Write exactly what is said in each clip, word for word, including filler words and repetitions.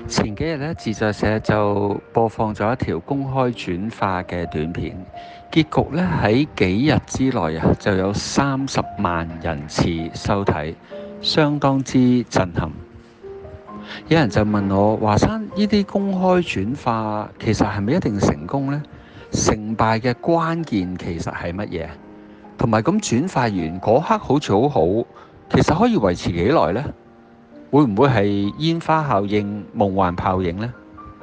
前幾日咧，自在社就播放咗一條公開轉發嘅短片，結局咧喺幾日之內啊，就有三十萬人次收睇，相當之震撼。有人就問我：華山，呢啲公開轉發其實係咪一定成功呢？成敗嘅關鍵其實係乜嘢？同埋咁轉發完嗰刻好似好好，其實可以維持幾耐呢？會唔會係煙花效應、夢幻泡影呢？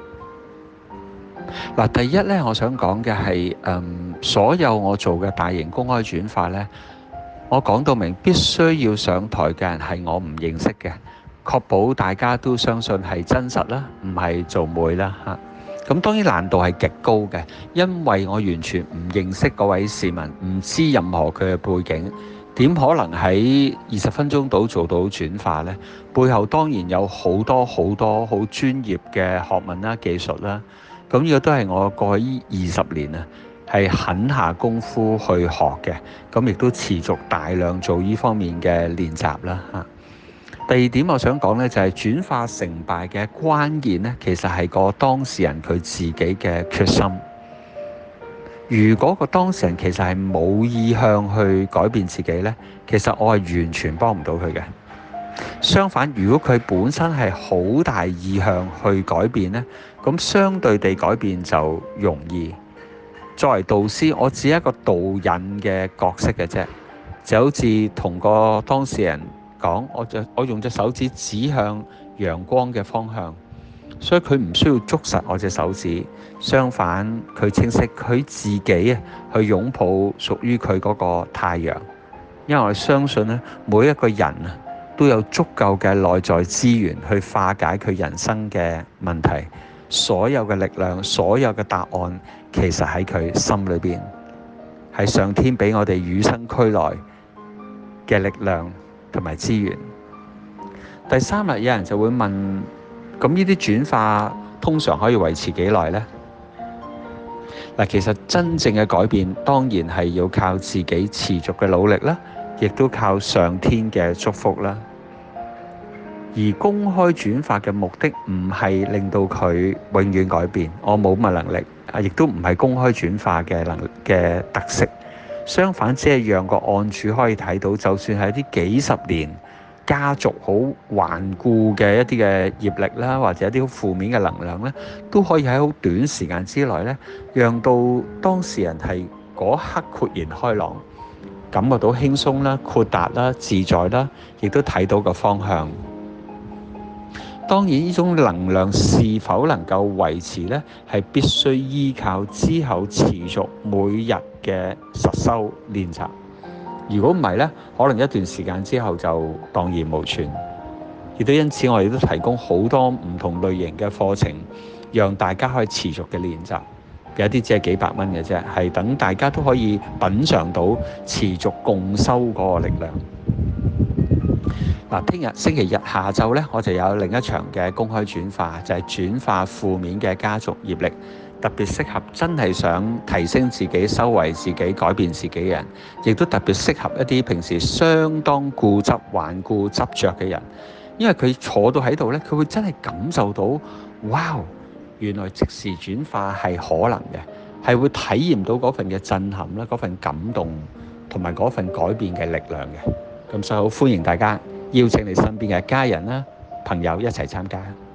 嗱，第一咧，我想講嘅係，嗯，所有我做嘅大型公開轉發咧，我講到明，必須要上台嘅人係我唔認識嘅，確保大家都相信係真實啦，唔係做媒啦嚇。咁當然難度係極高嘅，因為我完全唔認識嗰位市民，唔知任何佢嘅背景。點可能喺二十分鐘度做到轉化呢？背後當然有好多好多好專業嘅學問啦、技術啦。咁呢個都係我過去呢二十年啊，係狠下功夫去學嘅。咁亦都持續大量做呢方面嘅練習啦嚇。第二點我想講呢，就係轉化成敗嘅關鍵呢，其實係個當事人佢自己嘅決心。如果個當事人其實係冇意向去改變自己呢，其實我係完全幫唔到佢嘅。相反，如果佢本身係好大意向去改變呢，咁相對地改變就容易。作為導師，我只係一個導引嘅角色嘅啫，就好似同個當事人講，我就我用隻手指指向陽光嘅方向。所以佢唔需要捉實我隻手指，相反佢清晰佢自己啊，去擁抱屬於佢嗰個太陽。因為我相信咧，每一個人啊都有足夠嘅內在資源去化解佢人生嘅問題。所有嘅力量，所有嘅答案，其實喺佢心裏邊，係上天俾我哋與生俱來嘅力量同埋資源。第三日有人就會問。咁呢啲轉化通常可以維持幾耐呢？嗱，其實真正嘅改變當然係要靠自己持續嘅努力啦，亦都靠上天嘅祝福啦。而公開轉發嘅目的唔係令到佢永遠改變，我冇乜能力啊，亦都唔係公開轉發嘅能嘅特色。相反，只係讓個案主可以睇到，就算係一啲幾十年家族好頑固嘅一啲嘅業力啦，或者一啲好負面嘅能量咧，都可以喺好短時間之內咧，讓到當事人係嗰刻豁然開朗，感覺到輕鬆啦、豁達啦、自在啦，亦都睇到個方向。當然，呢種能量是否能夠維持咧，係必須依靠之後持續每日嘅實修練習。如果唔係咧，可能一段時間之後就蕩然無存。亦都因此，我哋都提供好多唔同類型嘅課程，讓大家可以持續嘅練習。有啲只係幾百蚊嘅啫，係等大家都可以品嚐到持續共修嗰個力量。嗱，聽日星期日下晝咧，我就有另一場嘅公開轉化，就係轉化負面嘅家族業力。特別適合真係想提升自己、修為自己、改變自己嘅人，亦都特別適合一啲平時相當固執、頑固、執着嘅人，因為佢坐到喺度咧，佢會真係感受到，哇！原來即時轉化係可能嘅，係會體驗到嗰份嘅震撼啦、嗰份感動同埋嗰份改變嘅力量嘅。咁所以好歡迎大家邀請你身邊嘅家人啦、朋友一齊參加。